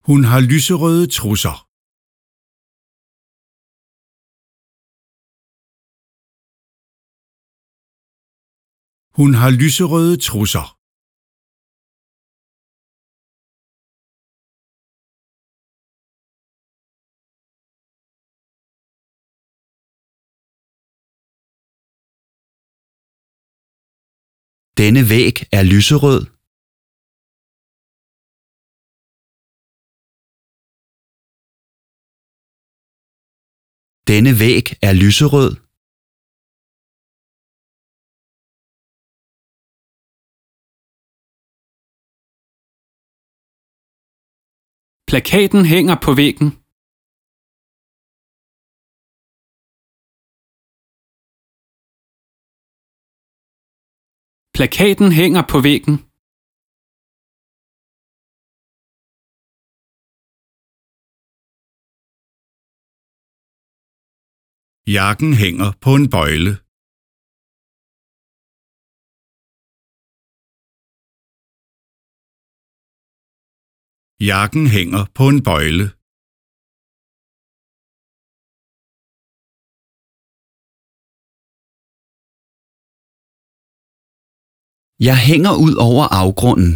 Hun har lyserøde trusser. Hun har lyserøde trusser. Denne væg er lyserød. Denne væg er lyserød. Plakaten hænger på væggen. Plakaten hænger på væggen. Jakken hænger på en bøjle. Jakken hænger på en bøjle. Jeg hænger ud over afgrunden.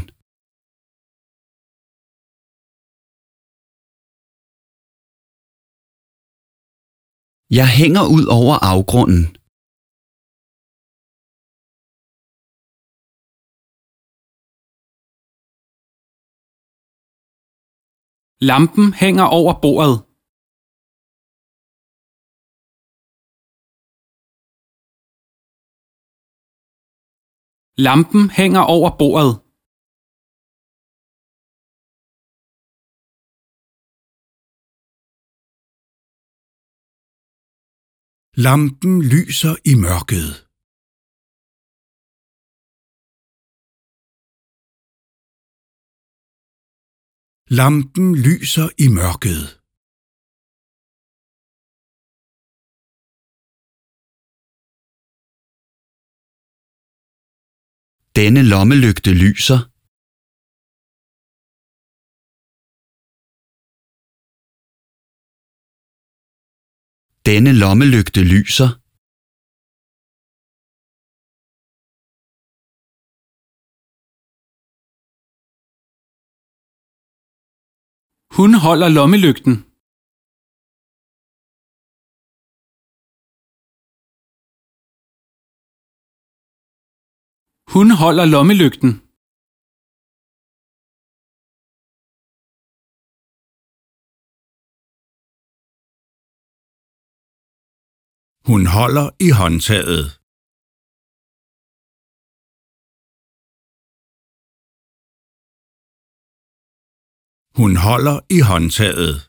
Jeg hænger ud over afgrunden. Lampen hænger over bordet. Lampen hænger over bordet. Lampen lyser i mørket. Lampen lyser i mørket. Denne lommelygte lyser. Denne lommelygte lyser. Hun holder lommelygten. Hun holder lommelygten. Hun holder i håndtaget. Hun holder i håndtaget.